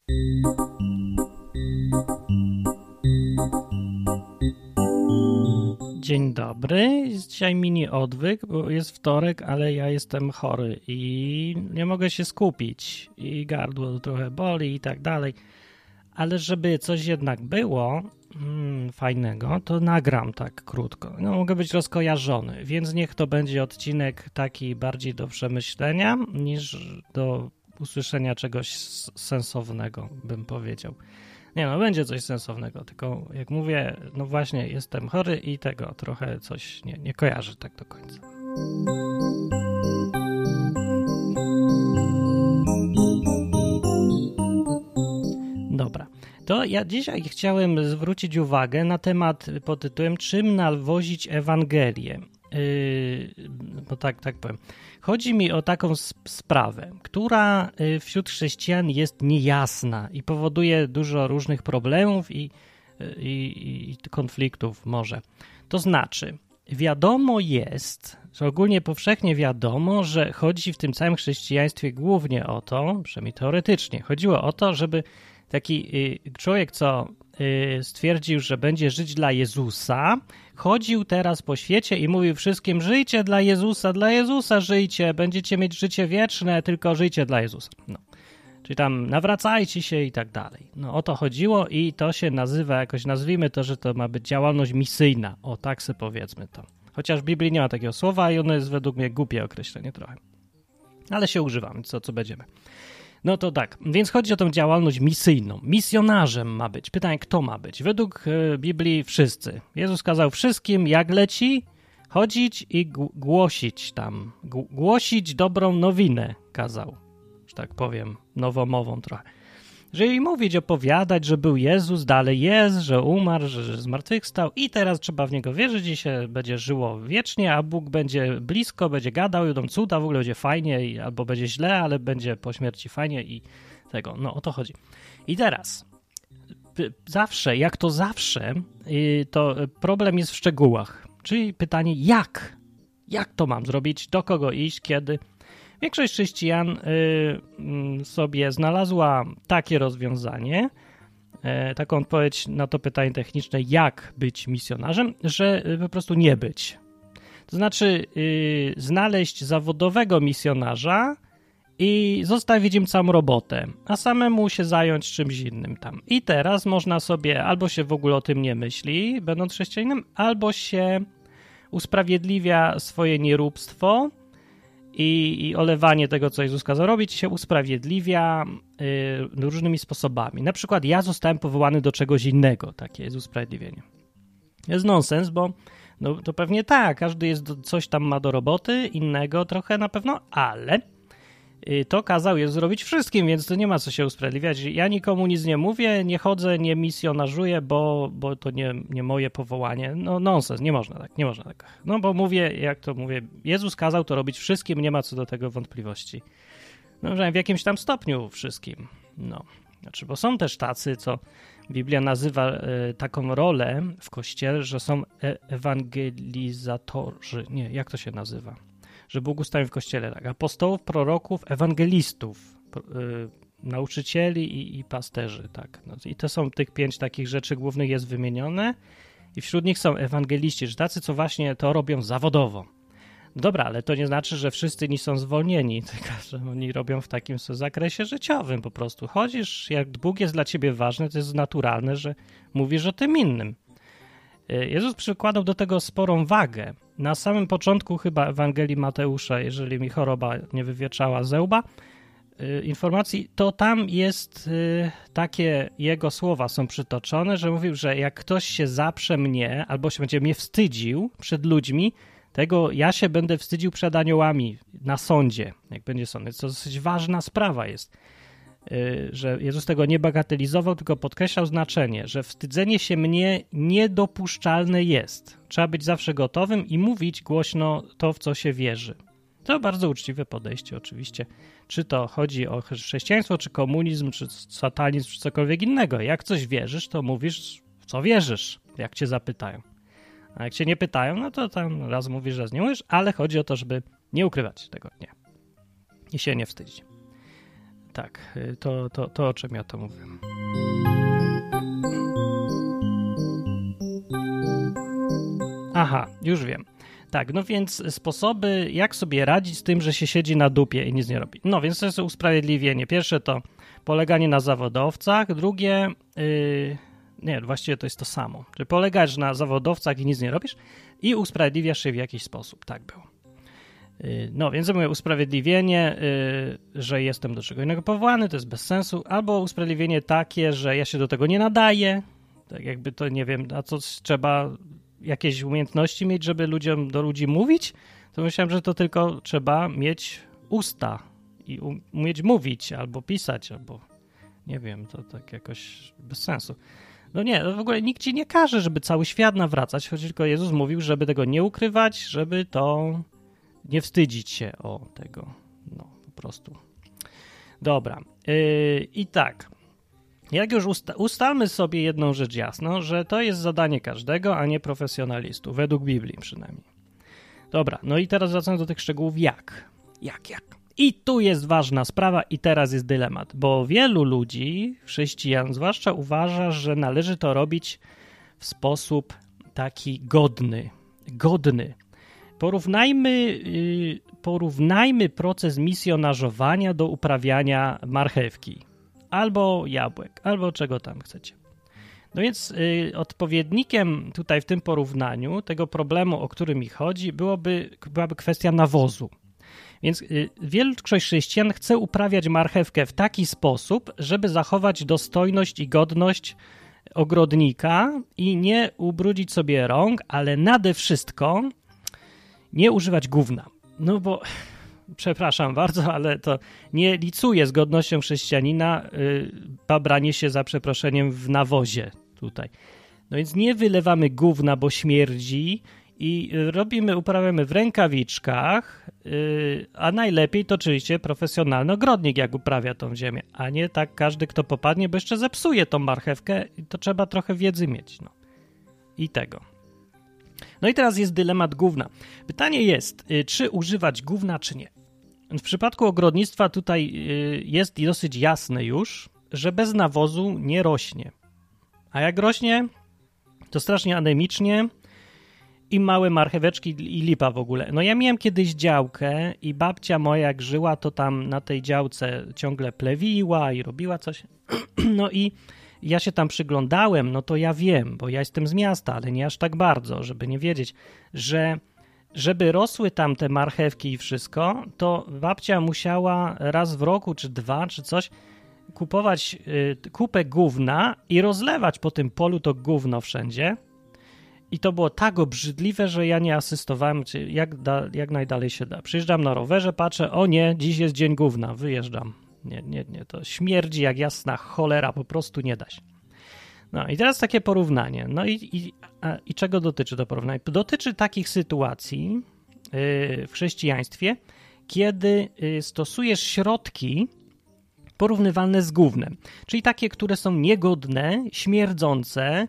Dzień dobry. Jest dzisiaj mini odwyk, bo jest wtorek, ale ja jestem chory i nie mogę się skupić i gardło trochę boli i tak dalej. Ale żeby coś jednak było fajnego, to nagram tak krótko. No, mogę być rozkojarzony, więc niech to będzie odcinek taki bardziej do przemyślenia niż do usłyszenia czegoś sensownego, bym powiedział. Nie no, będzie coś sensownego, tylko jak mówię, no właśnie jestem chory i tego trochę coś nie kojarzę tak do końca. Dobra, to ja dzisiaj chciałem zwrócić uwagę na temat pod tytułem czym nawozić Ewangelię. Bo tak powiem. Chodzi mi o taką sprawę, która wśród chrześcijan jest niejasna i powoduje dużo różnych problemów i konfliktów może. To znaczy, wiadomo jest, że ogólnie powszechnie wiadomo, że chodzi w tym całym chrześcijaństwie głównie o to, przynajmniej teoretycznie, chodziło o to, żeby taki człowiek, co stwierdził, że będzie żyć dla Jezusa, chodził teraz po świecie i mówił wszystkim: żyjcie dla Jezusa żyjcie, będziecie mieć życie wieczne, tylko żyjcie dla Jezusa. No. Czyli tam nawracajcie się i tak dalej. No o to chodziło i to się nazywa, jakoś nazwijmy to, że to ma być działalność misyjna. O, tak sobie powiedzmy to. Chociaż w Biblii nie ma takiego słowa i ono jest według mnie głupie określenie trochę. Ale się używa, więc co będziemy. No to tak, więc chodzi o tą działalność misyjną. Misjonarzem ma być. Pytanie, kto ma być? Według Biblii wszyscy. Jezus kazał wszystkim, jak leci, chodzić i głosić tam. Głosić dobrą nowinę kazał, że tak powiem, nowomową trochę. Żeby mówić, opowiadać, że był Jezus, dalej jest, że umarł, że zmartwychwstał i teraz trzeba w Niego wierzyć i się będzie żyło wiecznie, a Bóg będzie blisko, będzie gadał, będą cuda, w ogóle będzie fajnie, albo będzie źle, ale będzie po śmierci fajnie i tego. No o to chodzi. I teraz, zawsze, jak to zawsze, to problem jest w szczegółach. Czyli pytanie, jak? Jak to mam zrobić? Do kogo iść? Kiedy? Większość chrześcijan sobie znalazła takie rozwiązanie, taką odpowiedź na to pytanie techniczne, jak być misjonarzem, że po prostu nie być. To znaczy znaleźć zawodowego misjonarza i zostawić im całą robotę, a samemu się zająć czymś innym tam. I teraz można sobie albo się w ogóle o tym nie myśli, będąc chrześcijaninem, albo się usprawiedliwia swoje nieróbstwo i olewanie tego, co Jezus kazał robić, się usprawiedliwia różnymi sposobami. Na przykład ja zostałem powołany do czegoś innego, takie jest usprawiedliwienie. Jest nonsens, bo no, to pewnie tak, każdy coś tam ma do roboty, innego trochę na pewno, ale to kazał Jezus zrobić wszystkim, więc to nie ma co się usprawiedliwiać. Ja nikomu nic nie mówię, nie chodzę, nie misjonażuję, bo to nie moje powołanie. No nonsens, nie można tak. No bo mówię, jak to mówię, Jezus kazał to robić wszystkim, nie ma co do tego wątpliwości. No, że w jakimś tam stopniu wszystkim. No, znaczy, bo są też tacy, co Biblia nazywa taką rolę w Kościele, że są ewangelizatorzy. Nie, jak to się nazywa? Że Bóg ustawił w Kościele tak, apostołów, proroków, ewangelistów, nauczycieli i pasterzy, tak. No, i to są tych 5 takich rzeczy głównych jest wymienione i wśród nich są ewangeliści, że tacy, co właśnie to robią zawodowo. Dobra, ale to nie znaczy, że wszyscy nie są zwolnieni, tylko że oni robią w takim zakresie życiowym po prostu. Chodzisz, jak Bóg jest dla ciebie ważny, to jest naturalne, że mówisz o tym innym. Jezus przykładał do tego sporą wagę. Na samym początku chyba Ewangelii Mateusza, jeżeli mi choroba nie wywieczała ze łba informacji, to tam jest takie jego słowa są przytoczone, że mówił, że jak ktoś się zaprze mnie albo się będzie mnie wstydził przed ludźmi, tego ja się będę wstydził przed aniołami na sądzie, jak będzie sąd. To dosyć ważna sprawa jest, że Jezus tego nie bagatelizował, tylko podkreślał znaczenie, że wstydzenie się mnie niedopuszczalne jest. Trzeba być zawsze gotowym i mówić głośno to, w co się wierzy. To bardzo uczciwe podejście oczywiście. Czy to chodzi o chrześcijaństwo, czy komunizm, czy satanizm, czy cokolwiek innego. Jak coś wierzysz, to mówisz, w co wierzysz, jak cię zapytają. A jak cię nie pytają, no to tam raz mówisz, raz nie mówisz, ale chodzi o to, żeby nie ukrywać tego, nie. I się nie wstydzić. Tak, to o czym ja to mówię. Aha, już wiem. Tak, no więc sposoby, jak sobie radzić z tym, że się siedzi na dupie i nic nie robi. No więc to jest usprawiedliwienie. Pierwsze to poleganie na zawodowcach, drugie, nie, właściwie to jest to samo. Czyli polegasz na zawodowcach i nic nie robisz i usprawiedliwiasz się w jakiś sposób. Tak było. No więc mówię, usprawiedliwienie, że jestem do czego innego powołany, to jest bez sensu, albo usprawiedliwienie takie, że ja się do tego nie nadaję, tak jakby to nie wiem, a co trzeba jakieś umiejętności mieć, żeby do ludzi mówić, to myślałem, że to tylko trzeba mieć usta i umieć mówić, albo pisać, albo nie wiem, to tak jakoś bez sensu. No nie, w ogóle nikt ci nie każe, żeby cały świat nawracać, choć tylko Jezus mówił, żeby tego nie ukrywać, żeby to nie wstydzić się o tego, no po prostu. Dobra, i tak, jak już ustalmy sobie jedną rzecz jasno, że to jest zadanie każdego, a nie profesjonalistów, według Biblii przynajmniej. Dobra, no i teraz wracając do tych szczegółów, jak? I tu jest ważna sprawa i teraz jest dylemat, bo wielu ludzi, chrześcijan zwłaszcza, uważa, że należy to robić w sposób taki godny. Porównajmy proces misjonarzowania do uprawiania marchewki, albo jabłek, albo czego tam chcecie. No więc odpowiednikiem tutaj w tym porównaniu tego problemu, o który mi chodzi, byłaby kwestia nawozu. Więc większość chrześcijan chce uprawiać marchewkę w taki sposób, żeby zachować dostojność i godność ogrodnika i nie ubrudzić sobie rąk, ale nade wszystko nie używać gówna. No bo, przepraszam bardzo, ale to nie licuje z godnością chrześcijanina babranie się za przeproszeniem w nawozie tutaj. No więc nie wylewamy gówna, bo śmierdzi i uprawiamy w rękawiczkach, a najlepiej to oczywiście profesjonalny ogrodnik, jak uprawia tą ziemię, a nie tak każdy, kto popadnie, bo jeszcze zepsuje tą marchewkę i to trzeba trochę wiedzy mieć. No. I tego. No i teraz jest dylemat gówna. Pytanie jest, czy używać gówna, czy nie. W przypadku ogrodnictwa tutaj jest dosyć jasne już, że bez nawozu nie rośnie. A jak rośnie, to strasznie anemicznie i małe marcheweczki i lipa w ogóle. No ja miałem kiedyś działkę i babcia moja jak żyła, to tam na tej działce ciągle plewiła i robiła coś. No i ja się tam przyglądałem, no to ja wiem, bo ja jestem z miasta, ale nie aż tak bardzo, żeby nie wiedzieć, że żeby rosły tam te marchewki i wszystko, to babcia musiała raz w roku, czy dwa, czy coś, kupować kupę gówna i rozlewać po tym polu to gówno wszędzie. I to było tak obrzydliwe, że ja nie asystowałem, jak najdalej się da. Przyjeżdżam na rowerze, patrzę, o nie, dziś jest dzień gówna, wyjeżdżam. Nie, to śmierdzi jak jasna cholera, po prostu nie da się. No i teraz takie porównanie. No i czego dotyczy to porównanie? Dotyczy takich sytuacji w chrześcijaństwie, kiedy stosujesz środki porównywalne z gównem. Czyli takie, które są niegodne, śmierdzące,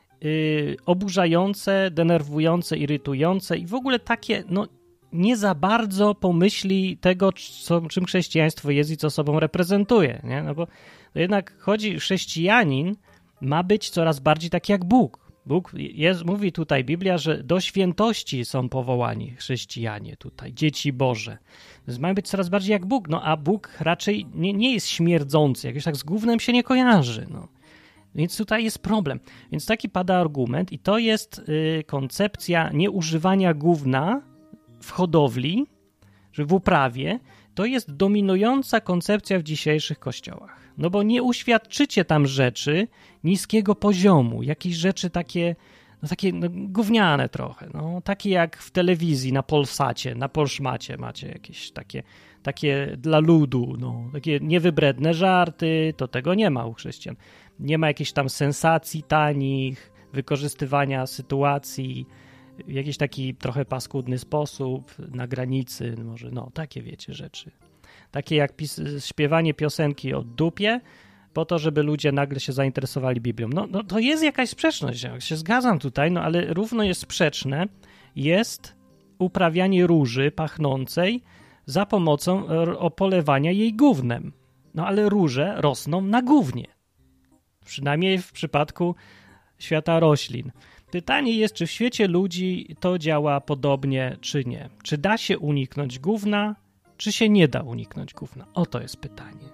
oburzające, denerwujące, irytujące i w ogóle takie, no nie za bardzo pomyśli tego, czym chrześcijaństwo jest i co sobą reprezentuje, nie? No bo jednak chrześcijanin ma być coraz bardziej taki jak Bóg. Mówi tutaj Biblia, że do świętości są powołani chrześcijanie tutaj, dzieci Boże. Więc mają być coraz bardziej jak Bóg, no a Bóg raczej nie jest śmierdzący, jakoś tak z gównem się nie kojarzy, no. Więc tutaj jest problem. Więc taki pada argument i to jest koncepcja nieużywania gówna w hodowli, że w uprawie, to jest dominująca koncepcja w dzisiejszych kościołach. No bo nie uświadczycie tam rzeczy niskiego poziomu, jakieś rzeczy takie gówniane trochę, no takie jak w telewizji, na Polsacie, na Polszmacie macie jakieś takie dla ludu, no, takie niewybredne żarty, to tego nie ma u chrześcijan. Nie ma jakichś tam sensacji tanich, wykorzystywania sytuacji w jakiś taki trochę paskudny sposób, na granicy, może, no, takie wiecie rzeczy. Takie jak śpiewanie piosenki o dupie, po to, żeby ludzie nagle się zainteresowali Biblią. No to jest jakaś sprzeczność, ja się zgadzam tutaj, no ale równo jest sprzeczne, jest uprawianie róży pachnącej za pomocą opolewania jej gównem. No ale róże rosną na gównie. Przynajmniej w przypadku świata roślin. Pytanie jest, czy w świecie ludzi to działa podobnie, czy nie. Czy da się uniknąć gówna, czy się nie da uniknąć gówna? Oto jest pytanie.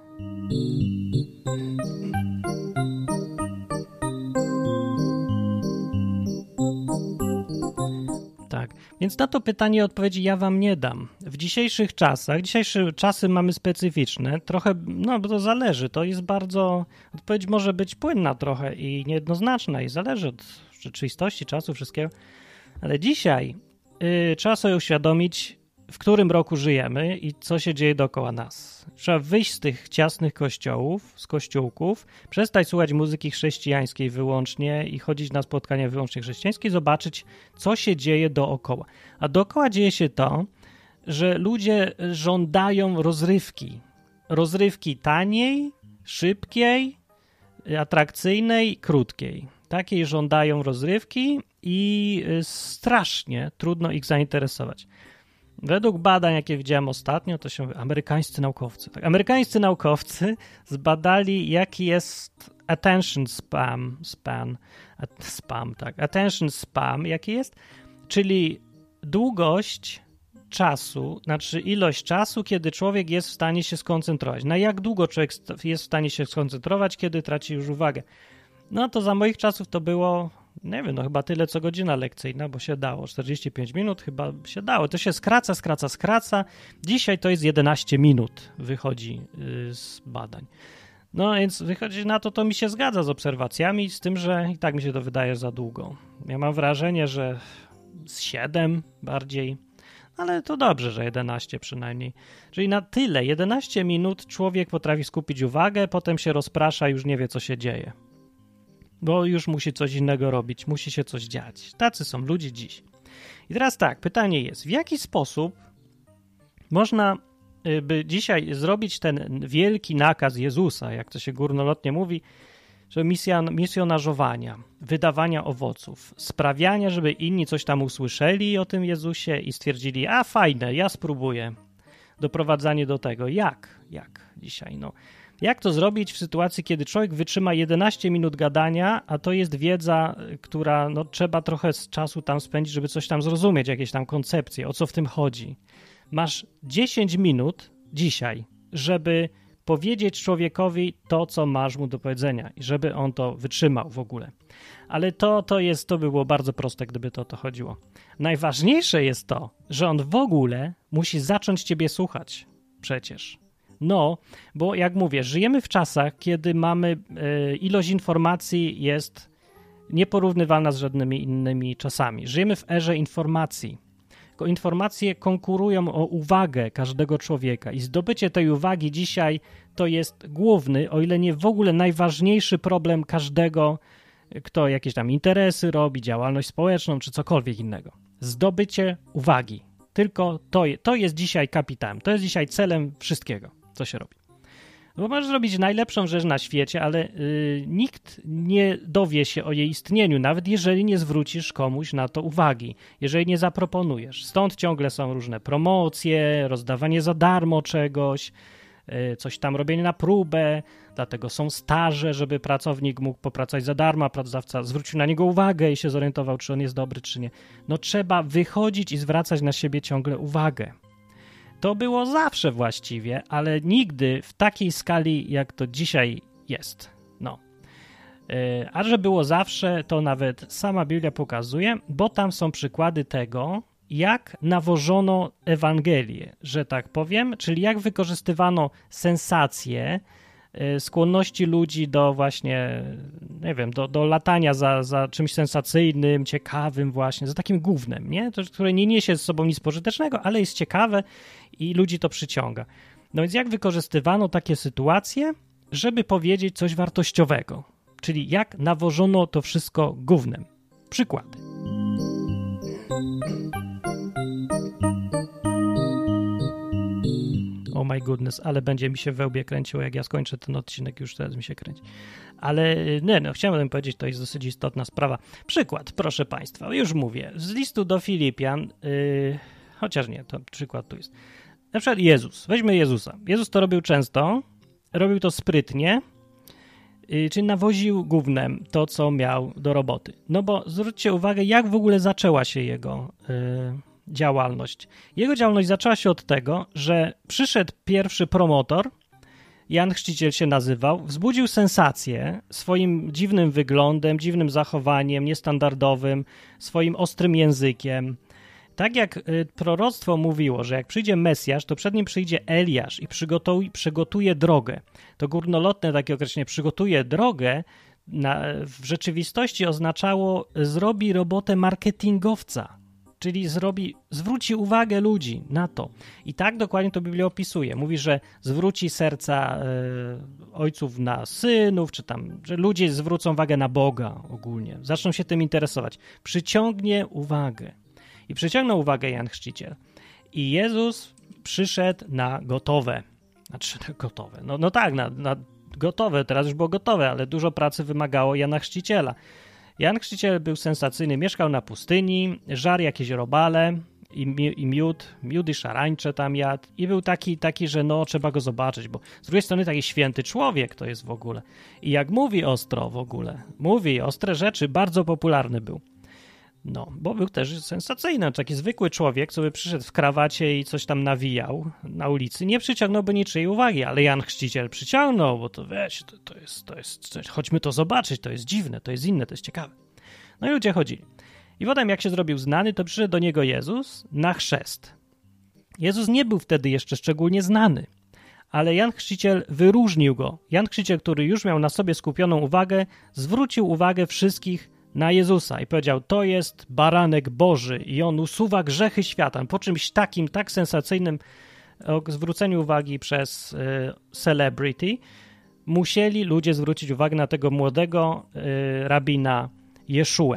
Tak, więc na to pytanie odpowiedzi ja wam nie dam. W dzisiejsze czasy mamy specyficzne, trochę, no bo to zależy, to jest bardzo, odpowiedź może być płynna trochę i niejednoznaczna i zależy od rzeczywistości, czasu, wszystkiego, ale dzisiaj trzeba sobie uświadomić, w którym roku żyjemy i co się dzieje dookoła nas. Trzeba wyjść z tych ciasnych kościołów, z kościółków, przestać słuchać muzyki chrześcijańskiej wyłącznie i chodzić na spotkania wyłącznie chrześcijańskie, zobaczyć, co się dzieje dookoła. A dookoła dzieje się to, że ludzie żądają rozrywki. Rozrywki taniej, szybkiej, atrakcyjnej, krótkiej. Takiej żądają rozrywki i strasznie trudno ich zainteresować. Według badań, jakie widziałem ostatnio, to się amerykańscy naukowcy. Tak, amerykańscy naukowcy zbadali, jaki jest attention span, jaki jest, czyli długość czasu, znaczy ilość czasu, kiedy człowiek jest w stanie się skoncentrować. Na jak długo człowiek jest w stanie się skoncentrować, kiedy traci już uwagę. No to za moich czasów to było, nie wiem, no chyba tyle co godzina lekcyjna, bo się dało. 45 minut chyba się dało. To się skraca. Dzisiaj to jest 11 minut, wychodzi z badań. No więc wychodzi na to, to mi się zgadza z obserwacjami, z tym, że i tak mi się to wydaje za długo. Ja mam wrażenie, że z 7 bardziej, ale to dobrze, że 11 przynajmniej. Czyli na tyle, 11 minut człowiek potrafi skupić uwagę, potem się rozprasza i już nie wie, co się dzieje. Bo już musi coś innego robić, musi się coś dziać. Tacy są ludzie dziś. I teraz tak, pytanie jest, w jaki sposób można by dzisiaj zrobić ten wielki nakaz Jezusa, jak to się górnolotnie mówi, że misjonarzowania, wydawania owoców, sprawiania, żeby inni coś tam usłyszeli o tym Jezusie i stwierdzili, a fajne, ja spróbuję. Doprowadzanie do tego. Jak dzisiaj, no. Jak to zrobić w sytuacji, kiedy człowiek wytrzyma 11 minut gadania, a to jest wiedza, która no, trzeba trochę czasu tam spędzić, żeby coś tam zrozumieć, jakieś tam koncepcje, o co w tym chodzi. Masz 10 minut dzisiaj, żeby powiedzieć człowiekowi to, co masz mu do powiedzenia i żeby on to wytrzymał w ogóle. Ale to by było bardzo proste, gdyby to chodziło. Najważniejsze jest to, że on w ogóle musi zacząć ciebie słuchać przecież. No, bo jak mówię, żyjemy w czasach, kiedy mamy ilość informacji jest nieporównywalna z żadnymi innymi czasami. Żyjemy w erze informacji. Informacje konkurują o uwagę każdego człowieka i zdobycie tej uwagi dzisiaj to jest główny, o ile nie w ogóle najważniejszy problem każdego, kto jakieś tam interesy robi, działalność społeczną czy cokolwiek innego. Zdobycie uwagi. Tylko to jest dzisiaj kapitałem, to jest dzisiaj celem wszystkiego, co się robi. Bo możesz zrobić najlepszą rzecz na świecie, ale nikt nie dowie się o jej istnieniu, nawet jeżeli nie zwrócisz komuś na to uwagi, jeżeli nie zaproponujesz. Stąd ciągle są różne promocje, rozdawanie za darmo czegoś, coś tam robienie na próbę, dlatego są staże, żeby pracownik mógł popracować za darmo, a pracodawca zwrócił na niego uwagę i się zorientował, czy on jest dobry, czy nie. No trzeba wychodzić i zwracać na siebie ciągle uwagę. To było zawsze właściwie, ale nigdy w takiej skali, jak to dzisiaj jest. No. A że było zawsze, to nawet sama Biblia pokazuje, bo tam są przykłady tego, jak nawożono Ewangelię, że tak powiem, czyli jak wykorzystywano sensacje, skłonności ludzi do właśnie, nie wiem, do latania za czymś sensacyjnym, ciekawym właśnie, za takim gównem, nie? To, które nie niesie z sobą nic pożytecznego, ale jest ciekawe i ludzi to przyciąga. No więc jak wykorzystywano takie sytuacje, żeby powiedzieć coś wartościowego, czyli jak nawożono to wszystko gównem. Przykłady. Oh my goodness, ale będzie mi się we łbie kręciło, jak ja skończę ten odcinek, już teraz mi się kręci. Ale chciałem powiedzieć, to jest dosyć istotna sprawa. Przykład, proszę Państwa, już mówię, z listu do Filipian, chociaż nie, to przykład tu jest. Na przykład Jezus, weźmy Jezusa. Jezus to robił często, robił to sprytnie, czyli nawoził gównem to, co miał do roboty. No bo zwróćcie uwagę, jak w ogóle zaczęła się jego działalność. Jego działalność zaczęła się od tego, że przyszedł pierwszy promotor, Jan Chrzciciel się nazywał, wzbudził sensację swoim dziwnym wyglądem, dziwnym zachowaniem, niestandardowym, swoim ostrym językiem. Tak jak proroctwo mówiło, że jak przyjdzie Mesjasz, to przed nim przyjdzie Eliasz i przygotuje drogę. To górnolotne takie określenie przygotuje drogę w rzeczywistości oznaczało zrobi robotę marketingowca, czyli zwróci uwagę ludzi na to. I tak dokładnie to Biblia opisuje. Mówi, że zwróci serca ojców na synów, czy tam, że ludzie zwrócą uwagę na Boga ogólnie. Zaczną się tym interesować. Przyciągnie uwagę. I przyciągnął uwagę Jan Chrzciciel. I Jezus przyszedł na gotowe. Znaczy gotowe. No tak, na gotowe. Teraz już było gotowe, ale dużo pracy wymagało Jana Chrzciciela. Jan Chrzciciel był sensacyjny. Mieszkał na pustyni, żarł jakieś robale i miód i szarańcze tam jadł. I był taki, że no trzeba go zobaczyć, bo z drugiej strony taki święty człowiek to jest w ogóle. I jak mówi ostro w ogóle, mówi ostre rzeczy, bardzo popularny był. No, bo był też sensacyjny. Taki zwykły człowiek, co by przyszedł w krawacie i coś tam nawijał na ulicy, nie przyciągnąłby niczyjej uwagi, ale Jan Chrzciciel przyciągnął, bo to wiesz, to jest, chodźmy to zobaczyć, to jest dziwne, to jest inne, to jest ciekawe. No i ludzie chodzili. I potem jak się zrobił znany, to przyszedł do niego Jezus na chrzest. Jezus nie był wtedy jeszcze szczególnie znany, ale Jan Chrzciciel wyróżnił go. Jan Chrzciciel, który już miał na sobie skupioną uwagę, zwrócił uwagę wszystkich na Jezusa i powiedział, to jest baranek Boży i on usuwa grzechy świata. Po czymś takim, tak sensacyjnym zwróceniu uwagi przez celebrity musieli ludzie zwrócić uwagę na tego młodego rabina Jeszuę.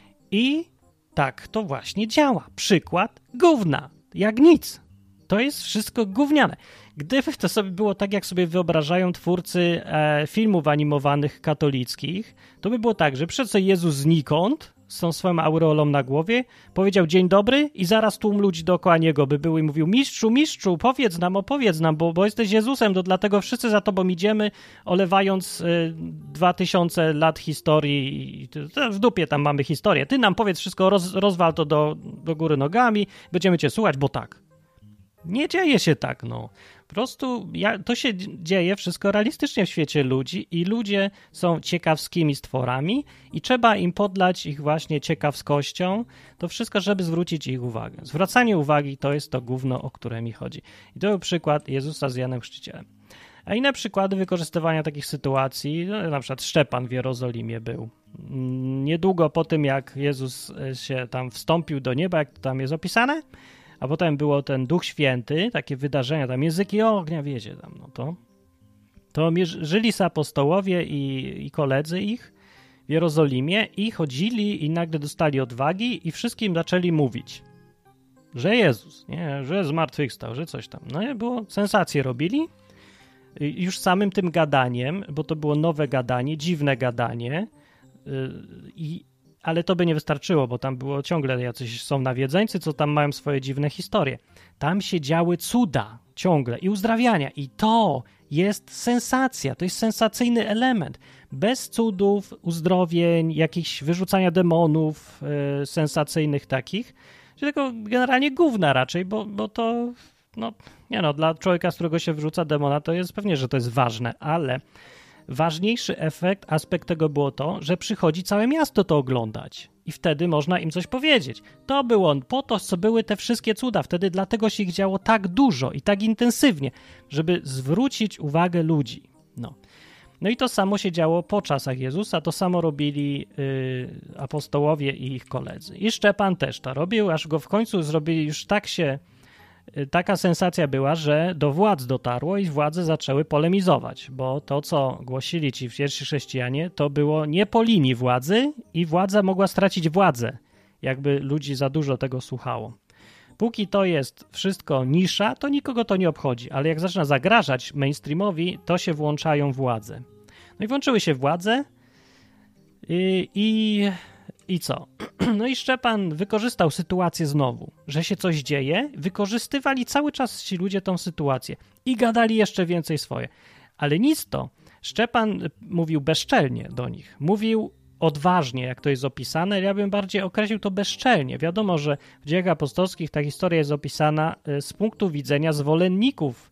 I tak to właśnie działa. Przykład gówna, jak nic. To jest wszystko gówniane. Gdyby to sobie było tak, jak sobie wyobrażają twórcy filmów animowanych katolickich, to by było tak, że przyszedł sobie Jezus znikąd, z tą swoją aureolą na głowie, powiedział dzień dobry i zaraz tłum ludzi dookoła niego by był i mówił mistrzu, opowiedz nam, bo jesteś Jezusem, to dlatego wszyscy za tobą idziemy, olewając 2000 lat historii. W dupie tam mamy historię. Ty nam powiedz wszystko, rozwal to do góry nogami, będziemy cię słuchać, bo tak. Nie dzieje się tak, no. Po prostu to się dzieje wszystko realistycznie w świecie ludzi i ludzie są ciekawskimi stworami i trzeba im podlać ich właśnie ciekawskością, to wszystko, żeby zwrócić ich uwagę. Zwracanie uwagi to jest to gówno, o które mi chodzi. I to był przykład Jezusa z Janem Chrzcicielem. A inne przykłady wykorzystywania takich sytuacji, no, na przykład Szczepan w Jerozolimie był. Niedługo po tym, jak Jezus się tam wstąpił do nieba, jak to tam jest opisane, a potem było ten Duch Święty, takie wydarzenia, tam języki ognia, wiecie tam, no to żyli se apostołowie i koledzy ich w Jerozolimie i chodzili i nagle dostali odwagi i wszystkim zaczęli mówić, że Jezus, nie, że zmartwychwstał, że coś tam. No i było, sensację robili już samym tym gadaniem, bo to było nowe gadanie, dziwne gadanie ale to by nie wystarczyło, bo tam było ciągle jacyś są nawiedzeńcy, co tam mają swoje dziwne historie. Tam się działy cuda ciągle i uzdrawiania i to jest sensacja, to jest sensacyjny element. Bez cudów, uzdrowień, jakichś wyrzucania demonów sensacyjnych takich, tylko generalnie gówna raczej, bo to dla człowieka, z którego się wrzuca demona, to jest pewnie, że to jest ważne, ale ważniejszy aspekt tego było to, że przychodzi całe miasto to oglądać i wtedy można im coś powiedzieć. To było po to, co były te wszystkie cuda. Wtedy dlatego się ich działo tak dużo i tak intensywnie, żeby zwrócić uwagę ludzi. No i to samo się działo po czasach Jezusa, to samo robili apostołowie i ich koledzy. I Szczepan też to robił, aż go w końcu zrobili już taka sensacja była, że do władz dotarło i władze zaczęły polemizować, bo to, co głosili ci pierwsi chrześcijanie, to było nie po linii władzy i władza mogła stracić władzę, jakby ludzi za dużo tego słuchało. Póki to jest wszystko nisza, to nikogo to nie obchodzi, ale jak zaczyna zagrażać mainstreamowi, to się włączają władze. No i włączyły się władze i co? No i Szczepan wykorzystał sytuację znowu, że się coś dzieje, wykorzystywali cały czas ci ludzie tą sytuację i gadali jeszcze więcej swoje. Ale nic to. Szczepan mówił bezczelnie do nich. Mówił odważnie, jak to jest opisane. Ja bym bardziej określił to bezczelnie. Wiadomo, że w dziejach apostolskich ta historia jest opisana z punktu widzenia zwolenników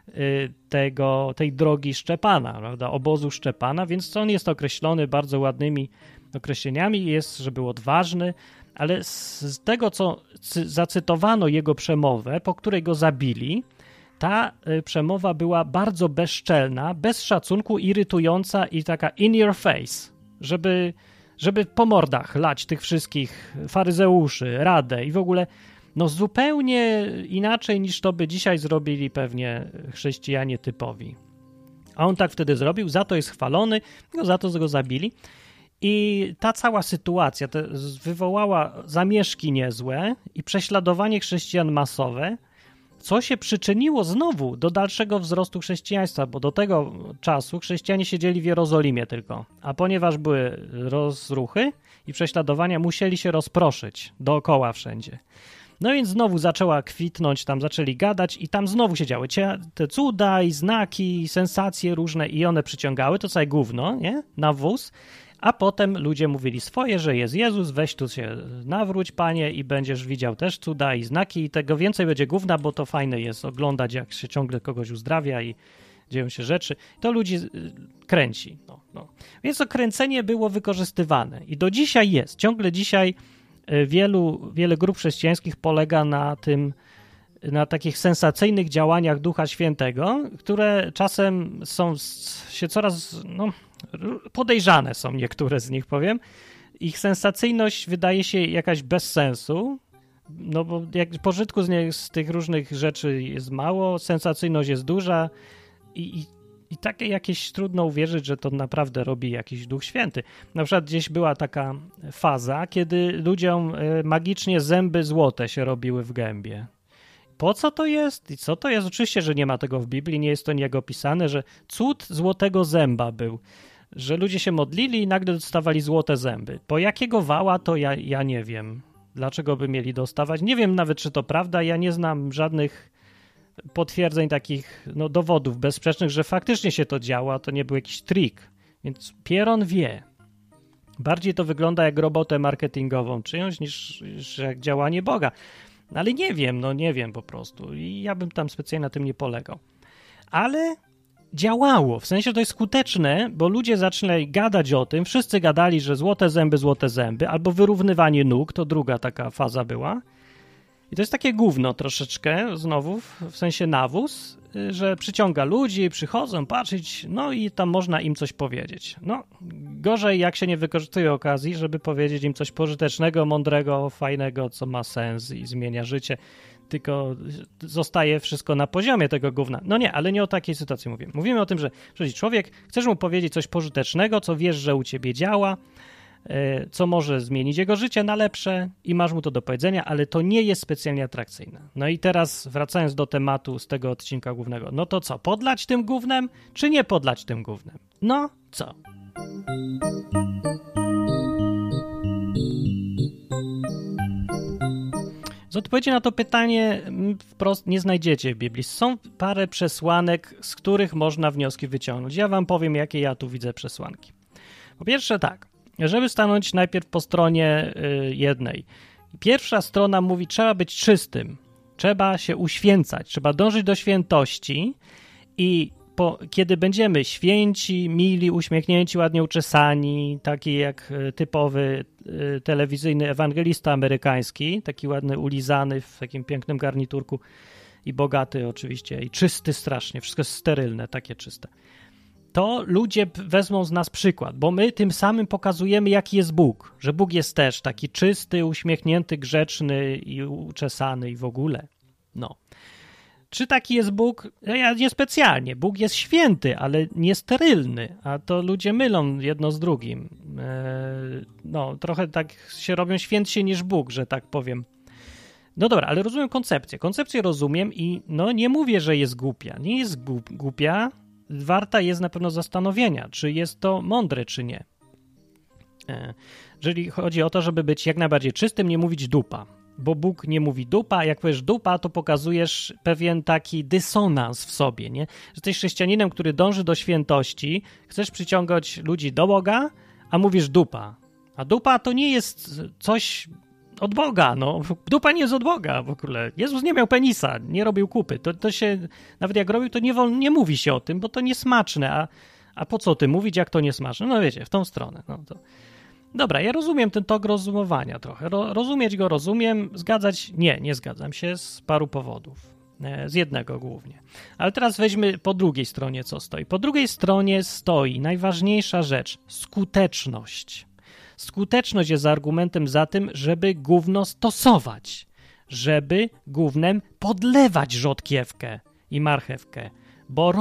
tej drogi Szczepana, prawda, obozu Szczepana, więc on jest określony bardzo ładnymi określeniami, jest, że był odważny, ale z tego, co zacytowano jego przemowę, po której go zabili, ta przemowa była bardzo bezczelna, bez szacunku, irytująca i taka in your face, żeby po mordach lać tych wszystkich faryzeuszy, radę i w ogóle no zupełnie inaczej niż to by dzisiaj zrobili pewnie chrześcijanie typowi. A on tak wtedy zrobił, za to jest chwalony, no za to go zabili. I ta cała sytuacja wywołała zamieszki niezłe i prześladowanie chrześcijan masowe, co się przyczyniło znowu do dalszego wzrostu chrześcijaństwa, bo do tego czasu chrześcijanie siedzieli w Jerozolimie tylko, a ponieważ były rozruchy i prześladowania, musieli się rozproszyć dookoła wszędzie. No więc znowu zaczęła kwitnąć, tam zaczęli gadać i tam znowu się działy te cuda i znaki, i sensacje różne i one przyciągały to całe gówno, nie? Na wóz, a potem ludzie mówili swoje, że jest Jezus, weź tu się nawróć, Panie, i będziesz widział też cuda i znaki i tego więcej będzie gówna, bo to fajne jest oglądać, jak się ciągle kogoś uzdrawia i dzieją się rzeczy. To ludzi kręci. No. Więc to kręcenie było wykorzystywane i do dzisiaj jest. Ciągle dzisiaj wiele grup chrześcijańskich polega na takich sensacyjnych działaniach Ducha Świętego, które czasem są się coraz podejrzane są niektóre z nich, powiem. Ich sensacyjność wydaje się jakaś bez sensu, no bo jak pożytku z tych różnych rzeczy jest mało, sensacyjność jest duża i takie jakieś trudno uwierzyć, że to naprawdę robi jakiś Duch Święty. Na przykład gdzieś była taka faza, kiedy ludziom magicznie zęby złote się robiły w gębie. Po co to jest? I co to jest? Oczywiście, że nie ma tego w Biblii, nie jest to nijak opisane, że cud złotego zęba był, że ludzie się modlili i nagle dostawali złote zęby. Po jakiego wała to ja nie wiem. Dlaczego by mieli dostawać? Nie wiem nawet, czy to prawda. Ja nie znam żadnych potwierdzeń takich, dowodów bezsprzecznych, że faktycznie się to działo, a to nie był jakiś trik. Więc Pieron wie. Bardziej to wygląda jak robotę marketingową czyjąś niż jak działanie Boga. Ale nie wiem po prostu. I ja bym tam specjalnie na tym nie polegał. Ale działało. W sensie to jest skuteczne, bo ludzie zaczęli gadać o tym. Wszyscy gadali, że złote zęby, albo wyrównywanie nóg, to druga taka faza była. I to jest takie gówno troszeczkę, znowu, w sensie nawóz, że przyciąga ludzi, przychodzą patrzeć, no i tam można im coś powiedzieć. No, gorzej jak się nie wykorzystuje okazji, żeby powiedzieć im coś pożytecznego, mądrego, fajnego, co ma sens i zmienia życie, tylko zostaje wszystko na poziomie tego gówna. No nie, ale nie o takiej sytuacji mówimy. Mówimy o tym, że człowiek, chcesz mu powiedzieć coś pożytecznego, co wiesz, że u ciebie działa, co może zmienić jego życie na lepsze i masz mu to do powiedzenia, ale to nie jest specjalnie atrakcyjne. No i teraz wracając do tematu z tego odcinka głównego, no to co, podlać tym gównem, czy nie podlać tym gównem? No, co? Z odpowiedzi na to pytanie wprost nie znajdziecie w Biblii. Są parę przesłanek, z których można wnioski wyciągnąć. Ja wam powiem, jakie ja tu widzę przesłanki. Po pierwsze tak, żeby stanąć najpierw po stronie jednej. Pierwsza strona mówi, trzeba być czystym, trzeba się uświęcać, trzeba dążyć do świętości i kiedy będziemy święci, mili, uśmiechnięci, ładnie uczesani, taki jak typowy telewizyjny ewangelista amerykański, taki ładny, ulizany w takim pięknym garniturku i bogaty oczywiście i czysty strasznie, wszystko jest sterylne, takie czyste. To ludzie wezmą z nas przykład, bo my tym samym pokazujemy, jaki jest Bóg, że Bóg jest też taki czysty, uśmiechnięty, grzeczny i uczesany i w ogóle. No. Czy taki jest Bóg? Ja niespecjalnie. Bóg jest święty, ale nie sterylny, a to ludzie mylą jedno z drugim. Trochę tak się robią świętsi niż Bóg, że tak powiem. No dobra, ale rozumiem koncepcję. Koncepcję rozumiem i nie mówię, że jest głupia. Nie jest głupia, warta jest na pewno zastanowienia, czy jest to mądre, czy nie. Jeżeli chodzi o to, żeby być jak najbardziej czystym, nie mówić dupa. bo Bóg nie mówi dupa. Jak powiesz dupa, to pokazujesz pewien taki dysonans w sobie, nie? Że jesteś chrześcijaninem, który dąży do świętości, chcesz przyciągać ludzi do Boga, a mówisz dupa. A dupa to nie jest coś od Boga, no. Dupa nie jest od Boga w ogóle. Jezus nie miał penisa, nie robił kupy. To się, nawet jak robił, to nie mówi się o tym, bo to niesmaczne. A po co o tym mówić, jak to niesmaczne? No wiecie, w tą stronę. No to... Dobra, ja rozumiem ten tok rozumowania trochę. Rozumieć go rozumiem, zgadzać nie zgadzam się z paru powodów. Z jednego głównie. Ale teraz weźmy po drugiej stronie, co stoi. Po drugiej stronie stoi najważniejsza rzecz, skuteczność. Skuteczność jest argumentem za tym, żeby gówno stosować, żeby gównem podlewać rzodkiewkę i marchewkę, bo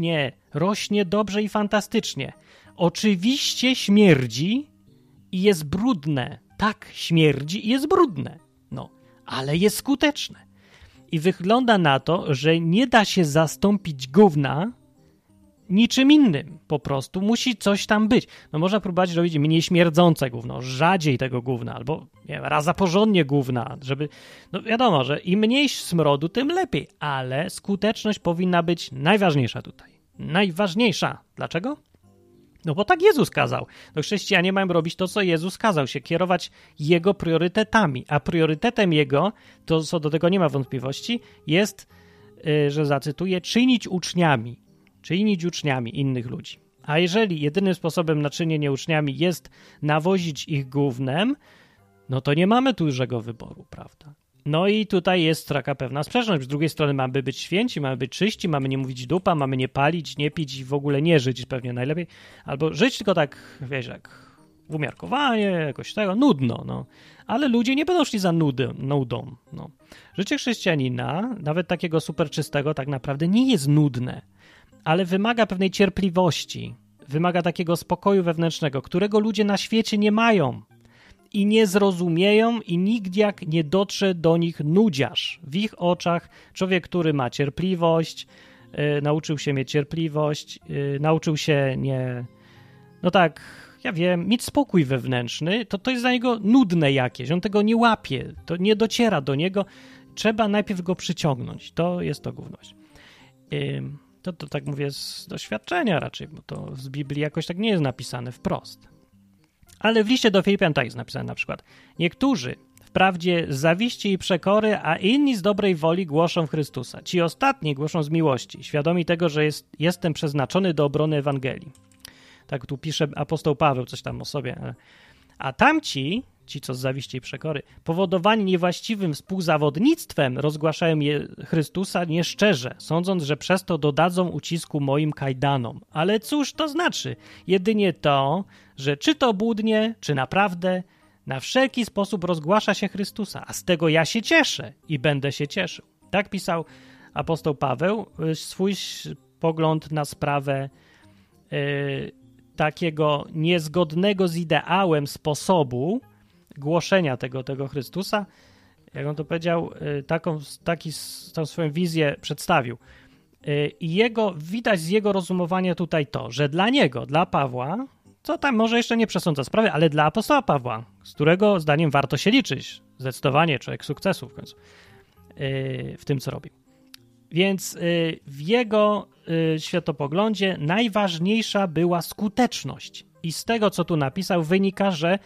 rośnie dobrze i fantastycznie. Oczywiście śmierdzi i jest brudne. Tak, śmierdzi i jest brudne. No, ale jest skuteczne. I wygląda na to, że nie da się zastąpić gówna niczym innym. Po prostu musi coś tam być. No można próbować robić mniej śmierdzące gówno, rzadziej tego gówna, albo nie wiem, raz za porządnie gówna, żeby... No wiadomo, że im mniej smrodu, tym lepiej, ale skuteczność powinna być najważniejsza tutaj. Najważniejsza. Dlaczego? No bo tak Jezus kazał. No chrześcijanie mają robić to, co Jezus kazał, się kierować Jego priorytetami, a priorytetem Jego, to co do tego nie ma wątpliwości, jest, że zacytuję, czynić uczniami innych ludzi. A jeżeli jedynym sposobem na czynienie uczniami jest nawozić ich gównem, no to nie mamy tu dużego wyboru, prawda? No i tutaj jest taka pewna sprzeczność. Z drugiej strony mamy być święci, mamy być czyści, mamy nie mówić dupa, mamy nie palić, nie pić i w ogóle nie żyć pewnie najlepiej. Albo żyć tylko tak, wiesz, jak w umiarkowanie, jakoś tego, nudno, no. Ale ludzie nie będą szli za nudą, no. Życie chrześcijanina, nawet takiego super czystego, tak naprawdę nie jest nudne, ale wymaga pewnej cierpliwości, wymaga takiego spokoju wewnętrznego, którego ludzie na świecie nie mają. I nie zrozumieją i nigdy jak nie dotrze do nich nudziarz. W ich oczach człowiek, który ma cierpliwość, nauczył się mieć cierpliwość, nauczył się no tak, ja wiem, mieć spokój wewnętrzny, to jest dla niego nudne jakieś, on tego nie łapie, to nie dociera do niego, trzeba najpierw go przyciągnąć, to jest to gówność. To tak mówię z doświadczenia raczej, bo to z Biblii jakoś tak nie jest napisane wprost. Ale w liście do Filipian tak jest napisane na przykład. Niektórzy wprawdzie z zawiści i przekory, a inni z dobrej woli głoszą Chrystusa. Ci ostatni głoszą z miłości, świadomi tego, że jestem przeznaczony do obrony Ewangelii. Tak tu pisze apostoł Paweł coś tam o sobie. A tamci, ci co z zawiści i przekory, powodowani niewłaściwym współzawodnictwem rozgłaszają Chrystusa nieszczerze, sądząc, że przez to dodadzą ucisku moim kajdanom. Ale cóż to znaczy? Jedynie to, że czy to błudnie, czy naprawdę, na wszelki sposób rozgłasza się Chrystusa, a z tego ja się cieszę i będę się cieszył. Tak pisał apostoł Paweł swój pogląd na sprawę takiego niezgodnego z ideałem sposobu głoszenia tego Chrystusa, jak on to powiedział, tą swoją wizję przedstawił. I widać z jego rozumowania tutaj to, że dla niego, dla Pawła, co tam może jeszcze nie przesądza sprawy, ale dla apostoła Pawła, z którego zdaniem warto się liczyć, zdecydowanie człowiek sukcesu w końcu, w tym co robi. Więc w jego światopoglądzie najważniejsza była skuteczność. I z tego, co tu napisał, wynika, że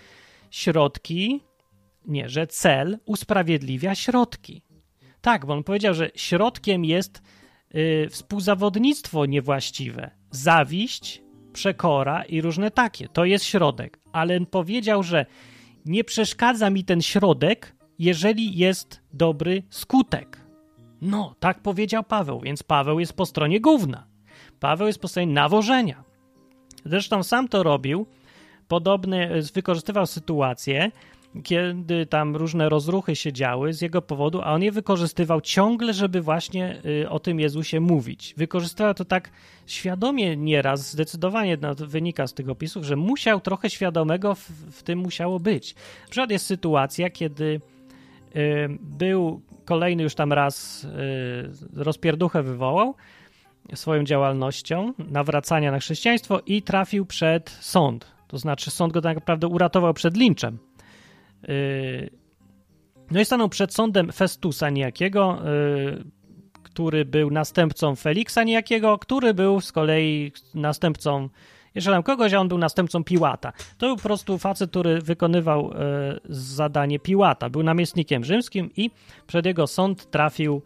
że cel usprawiedliwia środki. Tak, bo on powiedział, że środkiem jest współzawodnictwo niewłaściwe, zawiść, przekora i różne takie. To jest środek. Ale powiedział, że nie przeszkadza mi ten środek, jeżeli jest dobry skutek. No, tak powiedział Paweł, więc Paweł jest po stronie gówna. Paweł jest po stronie nawożenia. Zresztą sam to robił, wykorzystywał sytuację, kiedy tam różne rozruchy się działy z jego powodu, a on je wykorzystywał ciągle, żeby właśnie o tym Jezusie mówić. Wykorzystywał to tak świadomie nieraz, zdecydowanie wynika z tych opisów, że musiał trochę świadomego w tym musiało być. Na przykład jest sytuacja, kiedy był kolejny już tam raz rozpierduchę wywołał swoją działalnością nawracania na chrześcijaństwo i trafił przed sąd. To znaczy sąd go tak naprawdę uratował przed linczem. No i stanął przed sądem Festusa niejakiego, który był następcą Feliksa niejakiego, który był z kolei następcą jeszcze tam kogoś, a on był następcą Piłata. To był po prostu facet, który wykonywał zadanie Piłata. Był namiestnikiem rzymskim i przed jego sąd trafił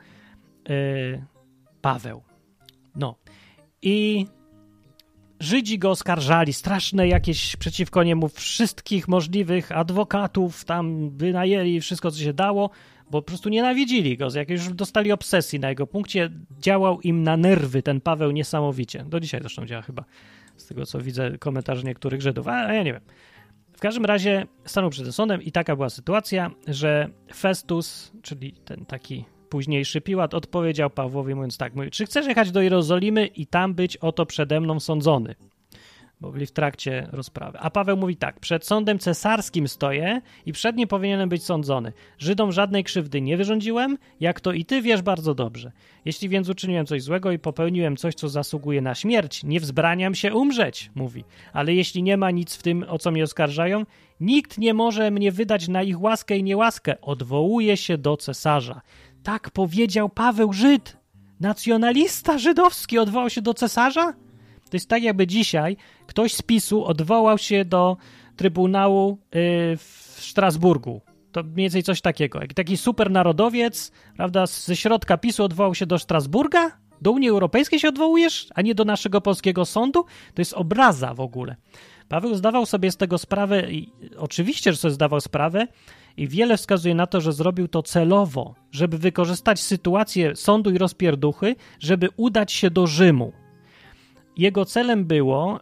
Paweł. No. I Żydzi go oskarżali, straszne jakieś przeciwko niemu wszystkich możliwych adwokatów tam wynajęli, wszystko co się dało, bo po prostu nienawidzili go, już dostali obsesji na jego punkcie, działał im na nerwy ten Paweł niesamowicie. Do dzisiaj zresztą działa chyba, z tego co widzę komentarzy niektórych Żydów, a ja nie wiem. W każdym razie stanął przed sądem i taka była sytuacja, że Festus, czyli ten taki późniejszy Piłat, odpowiedział Pawłowi mówiąc tak, mówi, czy chcesz jechać do Jerozolimy i tam być oto przede mną sądzony? Bo byli w trakcie rozprawy. A Paweł mówi tak, przed sądem cesarskim stoję i przed nim powinienem być sądzony. Żydom żadnej krzywdy nie wyrządziłem, jak to i ty wiesz bardzo dobrze. Jeśli więc uczyniłem coś złego i popełniłem coś, co zasługuje na śmierć, nie wzbraniam się umrzeć, mówi. Ale jeśli nie ma nic w tym, o co mnie oskarżają, nikt nie może mnie wydać na ich łaskę i niełaskę. Odwołuję się do cesarza. Tak powiedział Paweł Żyd. Nacjonalista żydowski odwołał się do cesarza? To jest tak, jakby dzisiaj ktoś z PiS-u odwołał się do Trybunału w Strasburgu. To mniej więcej coś takiego. Jak taki supernarodowiec, prawda, ze środka PiS-u odwołał się do Strasburga? Do Unii Europejskiej się odwołujesz, a nie do naszego polskiego sądu? To jest obraza w ogóle. Paweł zdawał sobie z tego sprawę, i oczywiście, że sobie zdawał sprawę, i wiele wskazuje na to, że zrobił to celowo, żeby wykorzystać sytuację sądu i rozpierduchy, żeby udać się do Rzymu. Jego celem było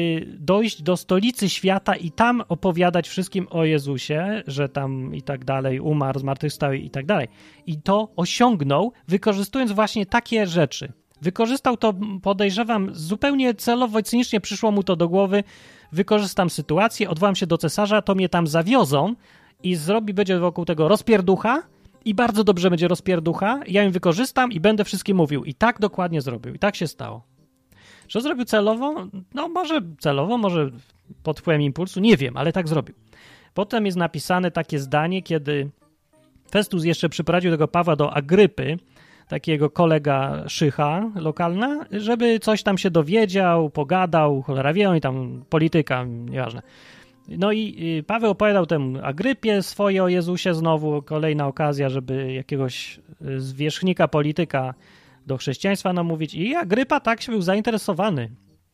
dojść do stolicy świata i tam opowiadać wszystkim o Jezusie, że tam i tak dalej, umarł, zmartwychwstał i tak dalej. I to osiągnął, wykorzystując właśnie takie rzeczy. Wykorzystał to, podejrzewam, zupełnie celowo i cynicznie przyszło mu to do głowy. Wykorzystam sytuację, odwołam się do cesarza, to mnie tam zawiozą i będzie wokół tego rozpierducha i bardzo dobrze będzie rozpierducha. Ja ją wykorzystam i będę wszystkim mówił. I tak dokładnie zrobił. I tak się stało. Czy zrobił celowo? No może celowo, może pod wpływem impulsu, nie wiem, ale tak zrobił. Potem jest napisane takie zdanie, kiedy Festus jeszcze przyprowadził tego Pawła do Agrypy, takiego kolega szycha lokalna, żeby coś tam się dowiedział, pogadał, cholera wie, on i tam polityka, nieważne. No i Paweł opowiadał temu Agrypie swoje o Jezusie znowu, kolejna okazja, żeby jakiegoś zwierzchnika polityka do chrześcijaństwa namówić i Agrypa tak się był zainteresowany.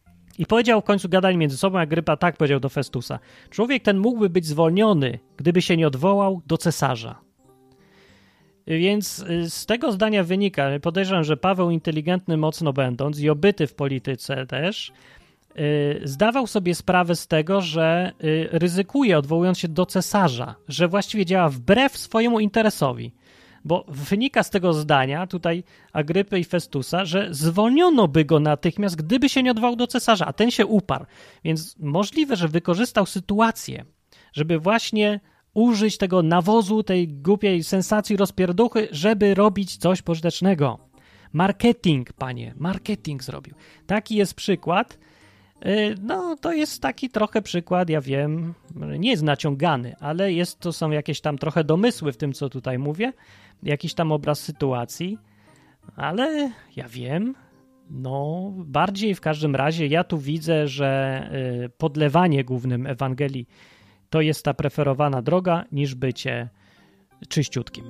I powiedział w końcu, gadali między sobą, Agrypa tak powiedział do Festusa. Człowiek ten mógłby być zwolniony, gdyby się nie odwołał do cesarza. Więc z tego zdania wynika, podejrzewam, że Paweł inteligentny mocno będąc i obyty w polityce też, zdawał sobie sprawę z tego, że ryzykuje odwołując się do cesarza, że właściwie działa wbrew swojemu interesowi. Bo wynika z tego zdania, tutaj Agrypy i Festusa, że zwolniono by go natychmiast, gdyby się nie odwołał do cesarza, a ten się uparł. Więc możliwe, że wykorzystał sytuację, żeby właśnie użyć tego nawozu, tej głupiej sensacji rozpierduchy, żeby robić coś pożytecznego. Marketing, panie, marketing zrobił. Taki jest przykład. No, to jest taki trochę przykład, ja wiem, nie jest naciągany, ale to są jakieś tam trochę domysły w tym, co tutaj mówię, jakiś tam obraz sytuacji, ale ja wiem, no bardziej w każdym razie ja tu widzę, że podlewanie głównym Ewangelii to jest ta preferowana droga niż bycie czyściutkim.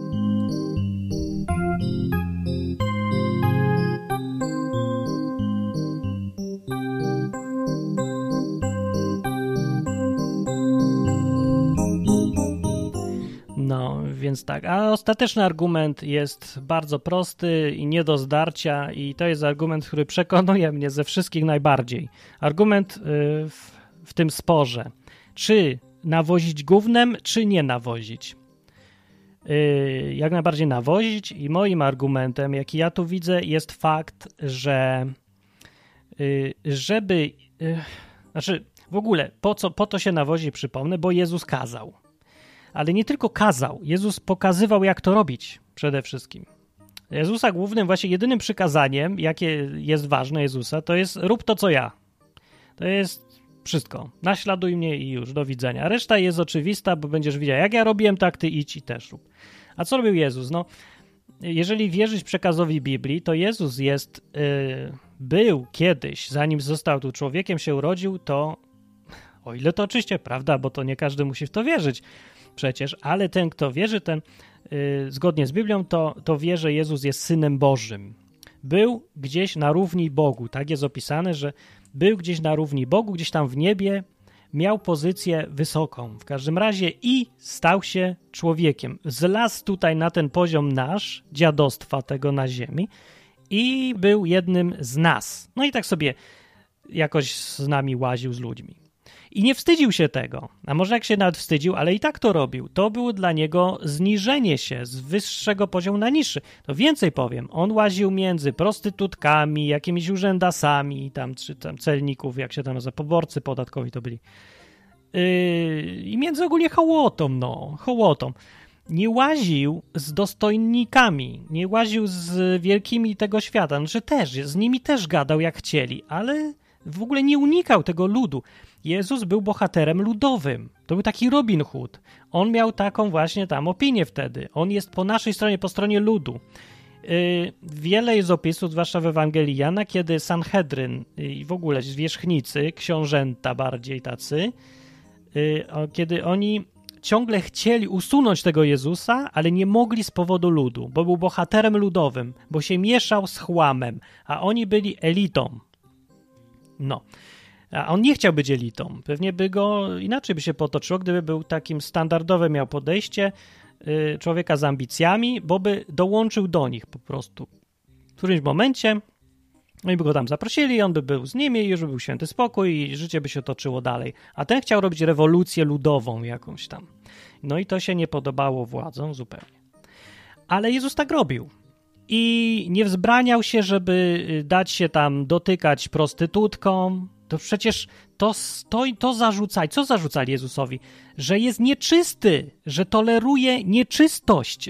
No, więc tak. A ostateczny argument jest bardzo prosty i nie do zdarcia i to jest argument, który przekonuje mnie ze wszystkich najbardziej. Argument w tym sporze. Czy nawozić gównem, czy nie nawozić? Jak najbardziej nawozić i moim argumentem, jaki ja tu widzę, jest fakt, że znaczy w ogóle po to się nawozi, przypomnę, bo Jezus kazał. Ale nie tylko kazał, Jezus pokazywał, jak to robić przede wszystkim. Jezusa głównym, właśnie jedynym przykazaniem, jakie jest ważne Jezusa, to jest rób to, co ja. To jest Wszystko. Naśladuj mnie i już, do widzenia. Reszta jest oczywista, bo będziesz widział, jak ja robiłem, tak ty idź i też rób. A co robił Jezus? No, jeżeli wierzyć przekazowi Biblii, to Jezus był kiedyś, zanim został tu człowiekiem, się urodził, to, o ile to oczywiście prawda, bo to nie każdy musi w to wierzyć przecież, ale ten, kto wierzy, ten zgodnie z Biblią, to wie, że Jezus jest Synem Bożym. Był gdzieś na równi Bogu. Tak jest opisane, że był gdzieś na równi Bogu, gdzieś tam w niebie, miał pozycję wysoką. W każdym razie i stał się człowiekiem. Zlazł tutaj na ten poziom nasz, dziadostwa tego na ziemi i był jednym z nas. No i tak sobie jakoś z nami łaził, z ludźmi. I nie wstydził się tego. A może jak się nawet wstydził, ale i tak to robił. To było dla niego zniżenie się z wyższego poziomu na niższy. To więcej powiem. On łaził między prostytutkami, jakimiś urzędasami, czy tam celników, jak się tam nazywa, poborcy podatkowi to byli. I między ogólnie hołotą. Nie łaził z dostojnikami, nie łaził z wielkimi tego świata. Znaczy też, z nimi też gadał jak chcieli, ale w ogóle nie unikał tego ludu. Jezus był bohaterem ludowym. To był taki Robin Hood. On miał taką właśnie tam opinię wtedy. On jest po naszej stronie, po stronie ludu. Wiele jest opisów, zwłaszcza w Ewangelii Jana, kiedy Sanhedryn i w ogóle zwierzchnicy, książęta bardziej tacy, kiedy oni ciągle chcieli usunąć tego Jezusa, ale nie mogli z powodu ludu, bo był bohaterem ludowym, bo się mieszał z chłamem, a oni byli elitą. No. A on nie chciał być elitą. Pewnie by go inaczej by się potoczyło, gdyby był takim standardowym, miał podejście człowieka z ambicjami, bo by dołączył do nich po prostu. W którymś momencie oni by go tam zaprosili, on by był z nimi i już by był święty spokój i życie by się toczyło dalej. A ten chciał robić rewolucję ludową jakąś tam. No i to się nie podobało władzom zupełnie. Ale Jezus tak robił. I nie wzbraniał się, żeby dać się tam dotykać prostytutkom. To przecież to zarzucali. Co zarzucali Jezusowi? Że jest nieczysty, że toleruje nieczystość,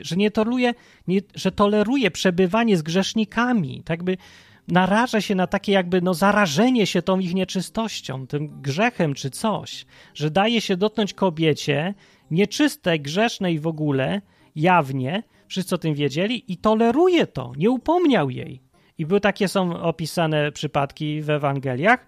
że toleruje przebywanie z grzesznikami. Tak by naraża się na takie jakby zarażenie się tą ich nieczystością, tym grzechem czy coś. Że daje się dotknąć kobiecie nieczystej, grzesznej w ogóle, jawnie, wszyscy o tym wiedzieli i toleruje to, nie upomniał jej. I są opisane przypadki w Ewangeliach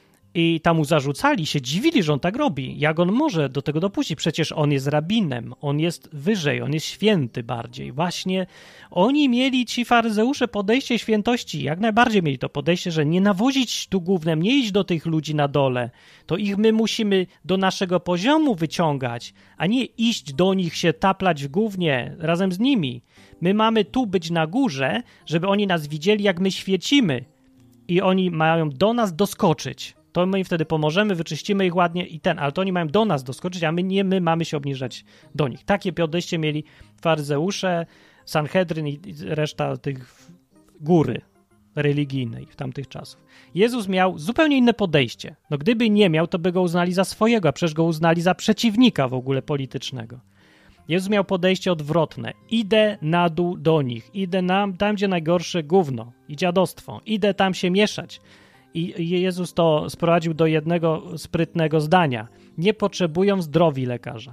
i tam mu zarzucali, się dziwili, że on tak robi. Jak on może do tego dopuścić? Przecież on jest rabinem, on jest wyżej, on jest święty bardziej. Właśnie oni mieli, ci faryzeusze, podejście świętości. Jak najbardziej mieli to podejście, że nie nawozić tu gównem, nie iść do tych ludzi na dole. To ich my musimy do naszego poziomu wyciągać, a nie iść do nich, się taplać w gównie razem z nimi. My mamy tu być na górze, żeby oni nas widzieli, jak my świecimy i oni mają do nas doskoczyć. To my im wtedy pomożemy, wyczyścimy ich ładnie ale to oni mają do nas doskoczyć, a my mamy się obniżać do nich. Takie podejście mieli faryzeusze, Sanhedryn i reszta tych góry religijnej w tamtych czasów. Jezus miał zupełnie inne podejście. Gdyby nie miał, to by go uznali za swojego, a przecież go uznali za przeciwnika w ogóle politycznego. Jezus miał podejście odwrotne. Idę na dół do nich, idę tam, gdzie najgorsze gówno i dziadostwo. Idę tam się mieszać. I Jezus to sprowadził do jednego sprytnego zdania. Nie potrzebują zdrowi lekarza.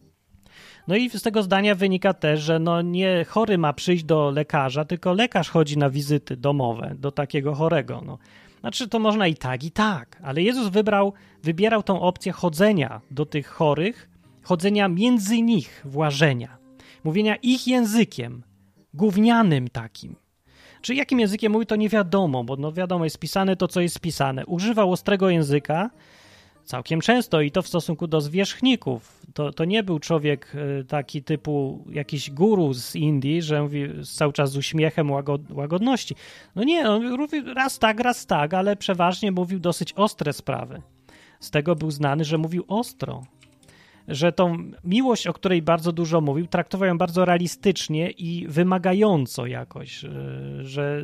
No i z tego zdania wynika też, że nie chory ma przyjść do lekarza, tylko lekarz chodzi na wizyty domowe do takiego chorego. Znaczy to można i tak, ale Jezus wybierał tą opcję chodzenia do tych chorych, chodzenia między nich, włażenia, mówienia ich językiem, gównianym takim. Czy jakim językiem mówi, to nie wiadomo, bo wiadomo, jest pisane to, co jest spisane. Używał ostrego języka całkiem często i to w stosunku do zwierzchników. To nie był człowiek taki typu jakiś guru z Indii, że mówi cały czas z uśmiechem łagodności. Nie, on mówił raz tak, ale przeważnie mówił dosyć ostre sprawy. Z tego był znany, że mówił ostro. Że tą miłość, o której bardzo dużo mówił, traktował ją bardzo realistycznie i wymagająco jakoś, że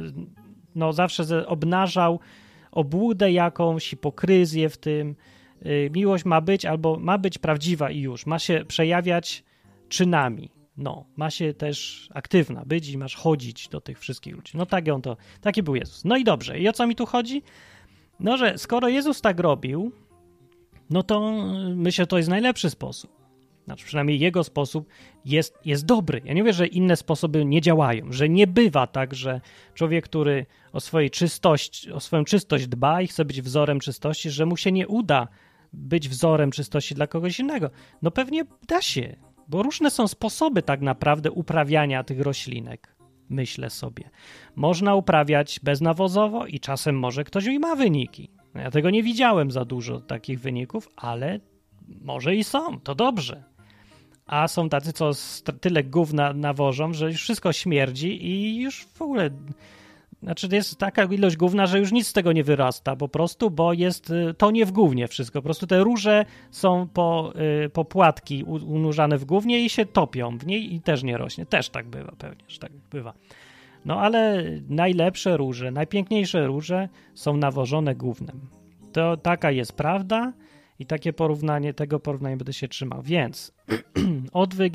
zawsze obnażał obłudę jakąś, hipokryzję w tym. Miłość ma być prawdziwa i już. Ma się przejawiać czynami. Ma się też aktywna być i masz chodzić do tych wszystkich ludzi. Taki był Jezus. No i dobrze. I o co mi tu chodzi? Że skoro Jezus tak robił, no to myślę, że to jest najlepszy sposób. Znaczy przynajmniej jego sposób jest dobry. Ja nie mówię, że inne sposoby nie działają, że nie bywa tak, że człowiek, który o swoją czystość dba i chce być wzorem czystości, że mu się nie uda być wzorem czystości dla kogoś innego. No pewnie da się, bo różne są sposoby tak naprawdę uprawiania tych roślinek. Myślę sobie. Można uprawiać beznawozowo i czasem może ktoś i ma wyniki. Ja tego nie widziałem za dużo takich wyników, ale może i są, to dobrze. A są tacy, co tyle gówna nawożą, że już wszystko śmierdzi i już w ogóle... Znaczy jest taka ilość gówna, że już nic z tego nie wyrasta po prostu, bo to nie w gównie wszystko. Po prostu te róże są po płatki unurzane w gównie i się topią w niej i też nie rośnie. Też tak bywa pewnie, że tak bywa. No ale najlepsze róże, najpiękniejsze róże są nawożone gównem. To taka jest prawda i tego porównania będę się trzymał. Więc odwyk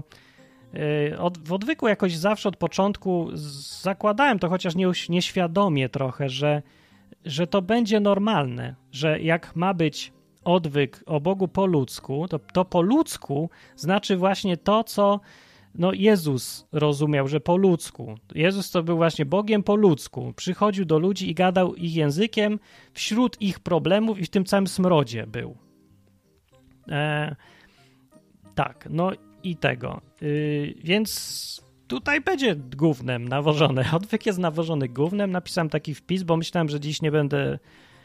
w odwyku jakoś zawsze od początku zakładałem to, chociaż nieświadomie trochę, że to będzie normalne, że jak ma być odwyk o Bogu po ludzku, to po ludzku znaczy właśnie to, co Jezus rozumiał, że po ludzku. Jezus to był właśnie Bogiem po ludzku. Przychodził do ludzi i gadał ich językiem wśród ich problemów i w tym całym smrodzie był. Tak, no i tego. Więc tutaj będzie gównem nawożone. Odwyk jest nawożony gównem. Napisałem taki wpis, bo myślałem, że dziś nie będę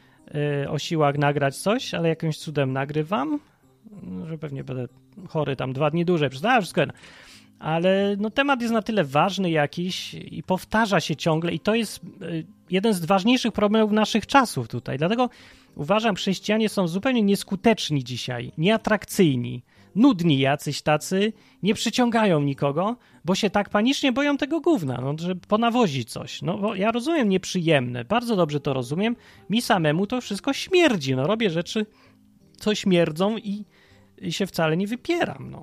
o siłach nagrać coś, ale jakimś cudem nagrywam, że pewnie będę chory tam 2 dni dłużej. Wszystko jedno. Ale temat jest na tyle ważny jakiś i powtarza się ciągle i to jest jeden z ważniejszych problemów naszych czasów tutaj. Dlatego uważam, chrześcijanie są zupełnie nieskuteczni dzisiaj, nieatrakcyjni, nudni jacyś tacy, nie przyciągają nikogo, bo się tak panicznie boją tego gówna, żeby ponawozić coś. Bo ja rozumiem nieprzyjemne, bardzo dobrze to rozumiem, mi samemu to wszystko śmierdzi, robię rzeczy, co śmierdzą i się wcale nie wypieram,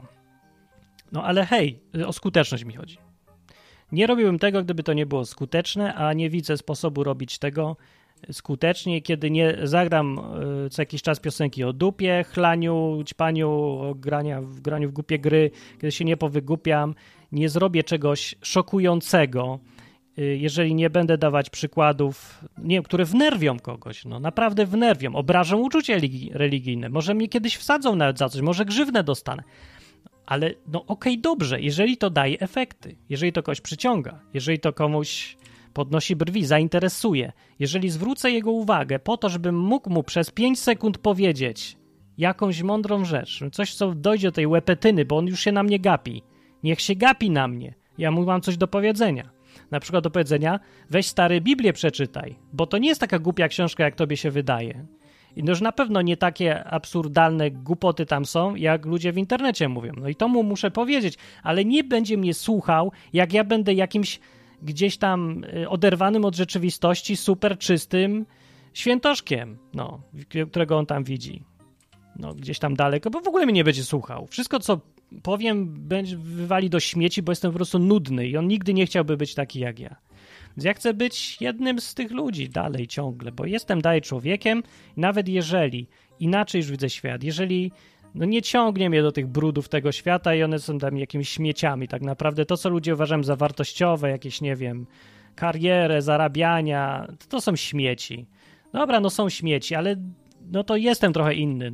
ale hej, o skuteczność mi chodzi. Nie robiłbym tego, gdyby to nie było skuteczne, a nie widzę sposobu robić tego skutecznie, kiedy nie zagram co jakiś czas piosenki o dupie, chlaniu, ćpaniu, o graniu w głupie gry, kiedy się nie powygłupiam, nie zrobię czegoś szokującego, jeżeli nie będę dawać przykładów, które wnerwią kogoś, naprawdę wnerwią, obrażą uczucie religijne, może mnie kiedyś wsadzą nawet za coś, może grzywnę dostanę. Ale okej, dobrze, jeżeli to daje efekty, jeżeli to kogoś przyciąga, jeżeli to komuś podnosi brwi, zainteresuje, jeżeli zwrócę jego uwagę po to, żebym mógł mu przez 5 sekund powiedzieć jakąś mądrą rzecz, coś, co dojdzie do tej łepetyny, bo on już się na mnie gapi. Niech się gapi na mnie. Ja mu mam coś do powiedzenia. Na przykład do powiedzenia, weź stary Biblię przeczytaj, bo to nie jest taka głupia książka, jak tobie się wydaje. I już na pewno nie takie absurdalne głupoty tam są, jak ludzie w internecie mówią. I to mu muszę powiedzieć, ale nie będzie mnie słuchał, jak ja będę jakimś gdzieś tam oderwanym od rzeczywistości, super czystym świętoszkiem, którego on tam widzi. Gdzieś tam daleko, bo w ogóle mnie nie będzie słuchał. Wszystko, co powiem, wywali do śmieci, bo jestem po prostu nudny i on nigdy nie chciałby być taki jak ja. Więc ja chcę być jednym z tych ludzi dalej ciągle, bo jestem dalej człowiekiem, nawet jeżeli inaczej już widzę świat, jeżeli nie ciągnie mnie do tych brudów tego świata i one są tam jakimiś śmieciami tak naprawdę, to co ludzie uważają za wartościowe, jakieś, nie wiem, karierę, zarabiania, to są śmieci. Dobra, są śmieci, ale to jestem trochę inny,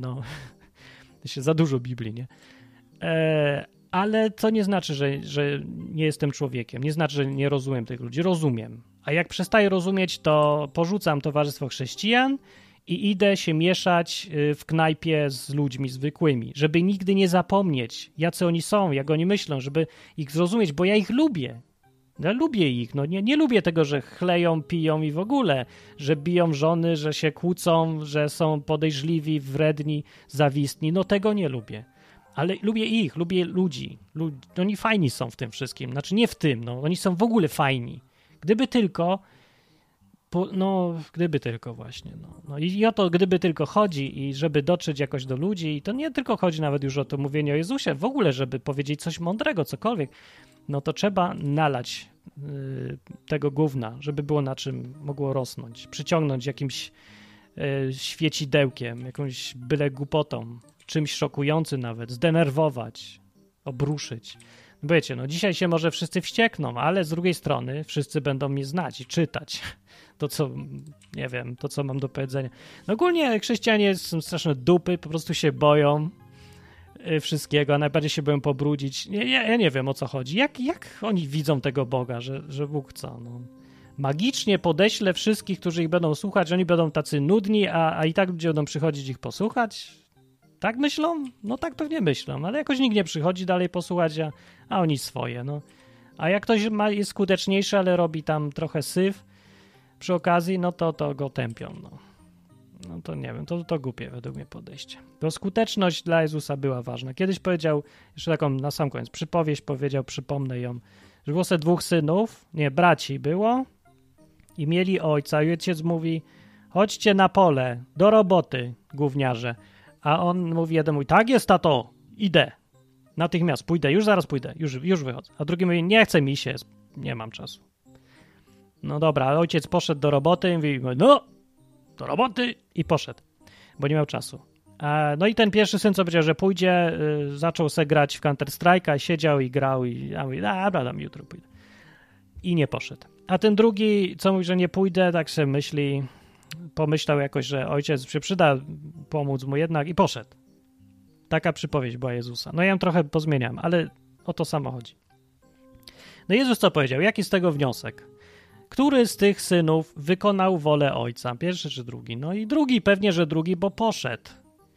się za dużo Biblii, nie? Ale to nie znaczy, że nie jestem człowiekiem. Nie znaczy, że nie rozumiem tych ludzi. Rozumiem. A jak przestaję rozumieć, to porzucam Towarzystwo Chrześcijan i idę się mieszać w knajpie z ludźmi zwykłymi, żeby nigdy nie zapomnieć, jacy oni są, jak oni myślą, żeby ich zrozumieć, bo ja ich lubię. Ja lubię ich. Nie lubię tego, że chleją, piją i w ogóle, że biją żony, że się kłócą, że są podejrzliwi, wredni, zawistni. Tego nie lubię. Ale lubię ich, lubię ludzi. Oni fajni są w tym wszystkim. Znaczy nie w tym, oni są w ogóle fajni. Gdyby tylko, gdyby tylko właśnie. I o to gdyby tylko chodzi i żeby dotrzeć jakoś do ludzi i to nie tylko chodzi nawet już o to mówienie o Jezusie, w ogóle, żeby powiedzieć coś mądrego, cokolwiek, to trzeba nalać tego gówna, żeby było na czym mogło rosnąć, przyciągnąć jakimś świecidełkiem, jakąś byle głupotą, czymś szokującym nawet, zdenerwować, obruszyć. Wiecie, no dzisiaj się może wszyscy wściekną, ale z drugiej strony wszyscy będą mnie znać i czytać to, co, nie wiem, to, co mam do powiedzenia. No ogólnie chrześcijanie są straszne dupy, po prostu się boją wszystkiego, a najbardziej się boją pobrudzić. Ja nie wiem, o co chodzi. Jak oni widzą tego Boga, że Bóg co? No, magicznie podeśle wszystkich, którzy ich będą słuchać, że oni będą tacy nudni, a i tak ludzie będą przychodzić ich posłuchać? Tak myślą? No tak pewnie myślą, ale jakoś nikt nie przychodzi dalej posłuchać, a oni swoje, no. A jak ktoś jest skuteczniejszy, ale robi tam trochę syf przy okazji, no to go tępią, no. No to nie wiem, to głupie według mnie podejście. Bo skuteczność dla Jezusa była ważna. Kiedyś powiedział, jeszcze taką na sam koniec, przypowieść powiedział, przypomnę ją, że było se 2 synów, braci było i mieli ojca i ojciec mówi, chodźcie na pole, do roboty, gówniarze. A on mówi, jeden mówi, tak jest, tato, idę. Natychmiast pójdę, już zaraz pójdę, już wychodzę. A drugi mówi, nie chce mi się, nie mam czasu. No dobra, ale ojciec poszedł do roboty i mówi, no, do roboty i poszedł, bo nie miał czasu. No i ten pierwszy syn, co powiedział, że pójdzie, zaczął se grać w Counter-Strike'a, siedział i grał i mówi, dobra, dam jutro pójdę. I nie poszedł. A ten drugi, co mówi, że nie pójdę, tak sobie myśli, pomyślał jakoś, że ojciec się przyda pomóc mu jednak i poszedł. Taka przypowieść była Jezusa. No ja ją trochę pozmieniam, ale o to samo chodzi. No Jezus co powiedział? Jaki z tego wniosek? Który z tych synów wykonał wolę ojca? Pierwszy czy drugi? No i drugi, pewnie, że drugi, bo poszedł.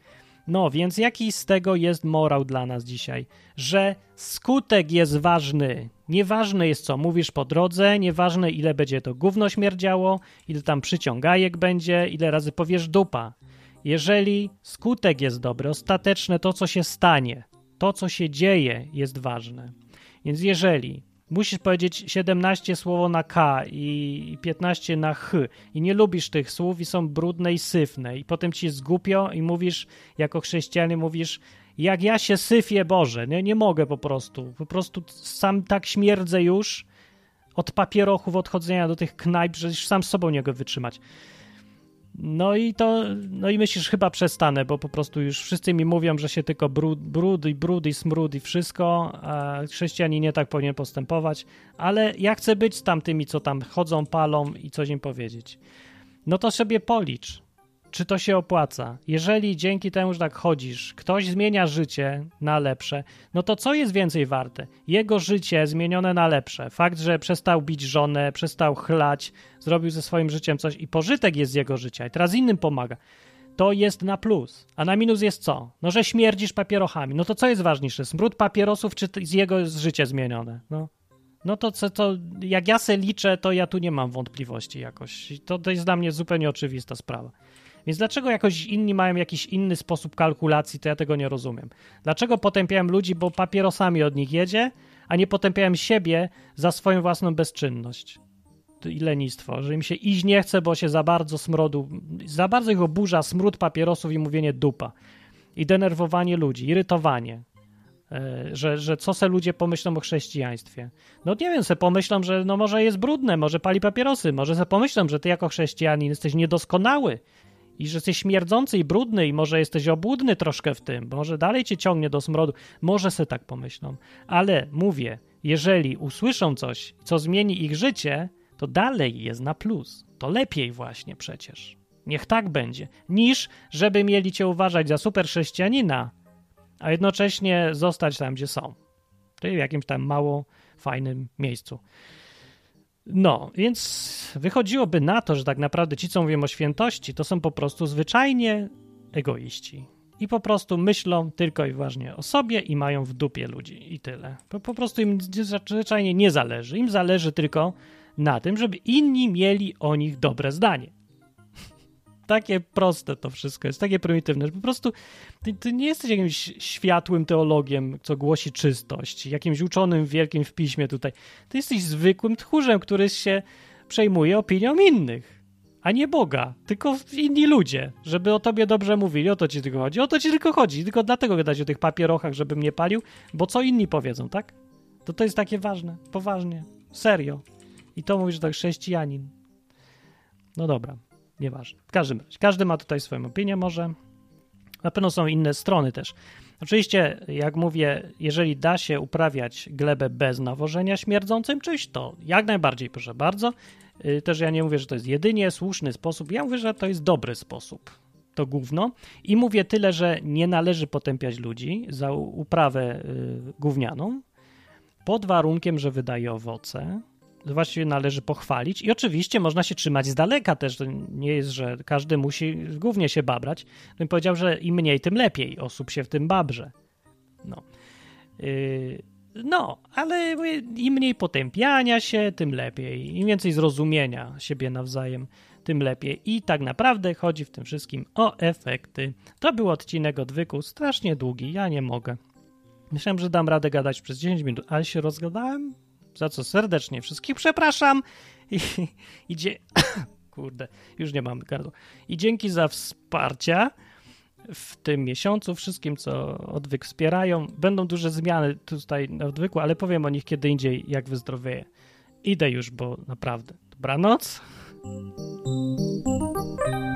No więc jaki z tego jest morał dla nas dzisiaj? Że skutek jest ważny. Nieważne jest, co mówisz po drodze, nieważne, ile będzie to gówno śmierdziało, ile tam przyciągajek będzie, ile razy powiesz dupa. Jeżeli skutek jest dobry, ostateczne to, co się stanie, to, co się dzieje, jest ważne. Więc jeżeli musisz powiedzieć 17 słowo na K i 15 na H i nie lubisz tych słów i są brudne i syfne i potem ci jest głupio i mówisz, jako chrześcijanin mówisz, jak ja się syfię, Boże, nie mogę po prostu sam tak śmierdzę już od papierochów, odchodzenia do tych knajp, że już sam z sobą nie mogę wytrzymać. No i myślisz, chyba przestanę, bo po prostu już wszyscy mi mówią, że się tylko brud i smród i wszystko, a chrześcijanin nie tak powinien postępować, ale ja chcę być z tamtymi, co tam chodzą, palą i coś im powiedzieć. No to sobie policz, czy to się opłaca. Jeżeli dzięki temu, że tak chodzisz, ktoś zmienia życie na lepsze, no to co jest więcej warte? Jego życie zmienione na lepsze. Fakt, że przestał bić żonę, przestał chlać, zrobił ze swoim życiem coś i pożytek jest z jego życia i teraz innym pomaga. To jest na plus. A na minus jest co? No, że śmierdzisz papierochami. No to co jest ważniejsze? Smród papierosów czy z jego życie zmienione? No to jak ja se liczę, to ja tu nie mam wątpliwości jakoś. To jest dla mnie zupełnie oczywista sprawa. Więc dlaczego jakoś inni mają jakiś inny sposób kalkulacji, to ja tego nie rozumiem. Dlaczego potępiałem ludzi, bo papierosami od nich jedzie, a nie potępiałem siebie za swoją własną bezczynność i lenistwo, że im się iść nie chce, bo się za bardzo ich oburza smród papierosów i mówienie dupa i denerwowanie ludzi, irytowanie, że co se ludzie pomyślą o chrześcijaństwie. No nie wiem, se pomyślą, że no może jest brudne, może pali papierosy, może se pomyślą, że ty jako chrześcijanin jesteś niedoskonały, i że jesteś śmierdzący i brudny i może jesteś obłudny troszkę w tym, bo może dalej cię ciągnie do smrodu. Może se tak pomyślą. Ale mówię, jeżeli usłyszą coś, co zmieni ich życie, to dalej jest na plus. To lepiej właśnie przecież. Niech tak będzie. Niż żeby mieli cię uważać za super chrześcijanina, a jednocześnie zostać tam, gdzie są. Czyli w jakimś tam mało fajnym miejscu. No, więc wychodziłoby na to, że tak naprawdę ci, co mówią o świętości, to są po prostu zwyczajnie egoiści. I po prostu myślą tylko i wyłącznie o sobie i mają w dupie ludzi i tyle. Po prostu im zwyczajnie nie zależy. Im zależy tylko na tym, żeby inni mieli o nich dobre zdanie. Takie proste to wszystko jest, takie prymitywne, że po prostu ty nie jesteś jakimś światłym teologiem, co głosi czystość, jakimś uczonym wielkim w piśmie tutaj. Ty jesteś zwykłym tchórzem, który się przejmuje opinią innych, a nie Boga, tylko inni ludzie, żeby o tobie dobrze mówili, o to ci tylko chodzi, tylko dlatego gadać o tych papierochach, żebym nie palił, bo co inni powiedzą, tak? To jest takie ważne, poważnie, serio. I to mówisz, że to chrześcijanin. No dobra. nieważne. W każdym razie, każdy ma tutaj swoją opinię może. Na pewno są inne strony też. Oczywiście, jak mówię, jeżeli da się uprawiać glebę bez nawożenia śmierdzącym czymś, to jak najbardziej, proszę bardzo. Też ja nie mówię, że to jest jedynie słuszny sposób. Ja mówię, że to jest dobry sposób. To gówno. I mówię tyle, że nie należy potępiać ludzi za uprawę gównianą, pod warunkiem, że wydaje owoce. Właściwie należy pochwalić i oczywiście można się trzymać z daleka też. To nie jest, że każdy musi głównie się babrać. Bym powiedział, że im mniej, tym lepiej osób się w tym babrze. No, ale im mniej potępiania się, tym lepiej. Im więcej zrozumienia siebie nawzajem, tym lepiej. I tak naprawdę chodzi w tym wszystkim o efekty. To był odcinek Odwyku, strasznie długi, ja nie mogę. Myślałem, że dam radę gadać przez 10 minut, ale się rozgadałem, za co serdecznie wszystkich przepraszam. Kurde, już nie mam gardła. I dzięki za wsparcie w tym miesiącu wszystkim, co Odwyk wspierają. Będą duże zmiany tutaj na Odwyku, ale powiem o nich kiedy indziej, jak wyzdrowieję. Idę już, bo naprawdę. Dobranoc.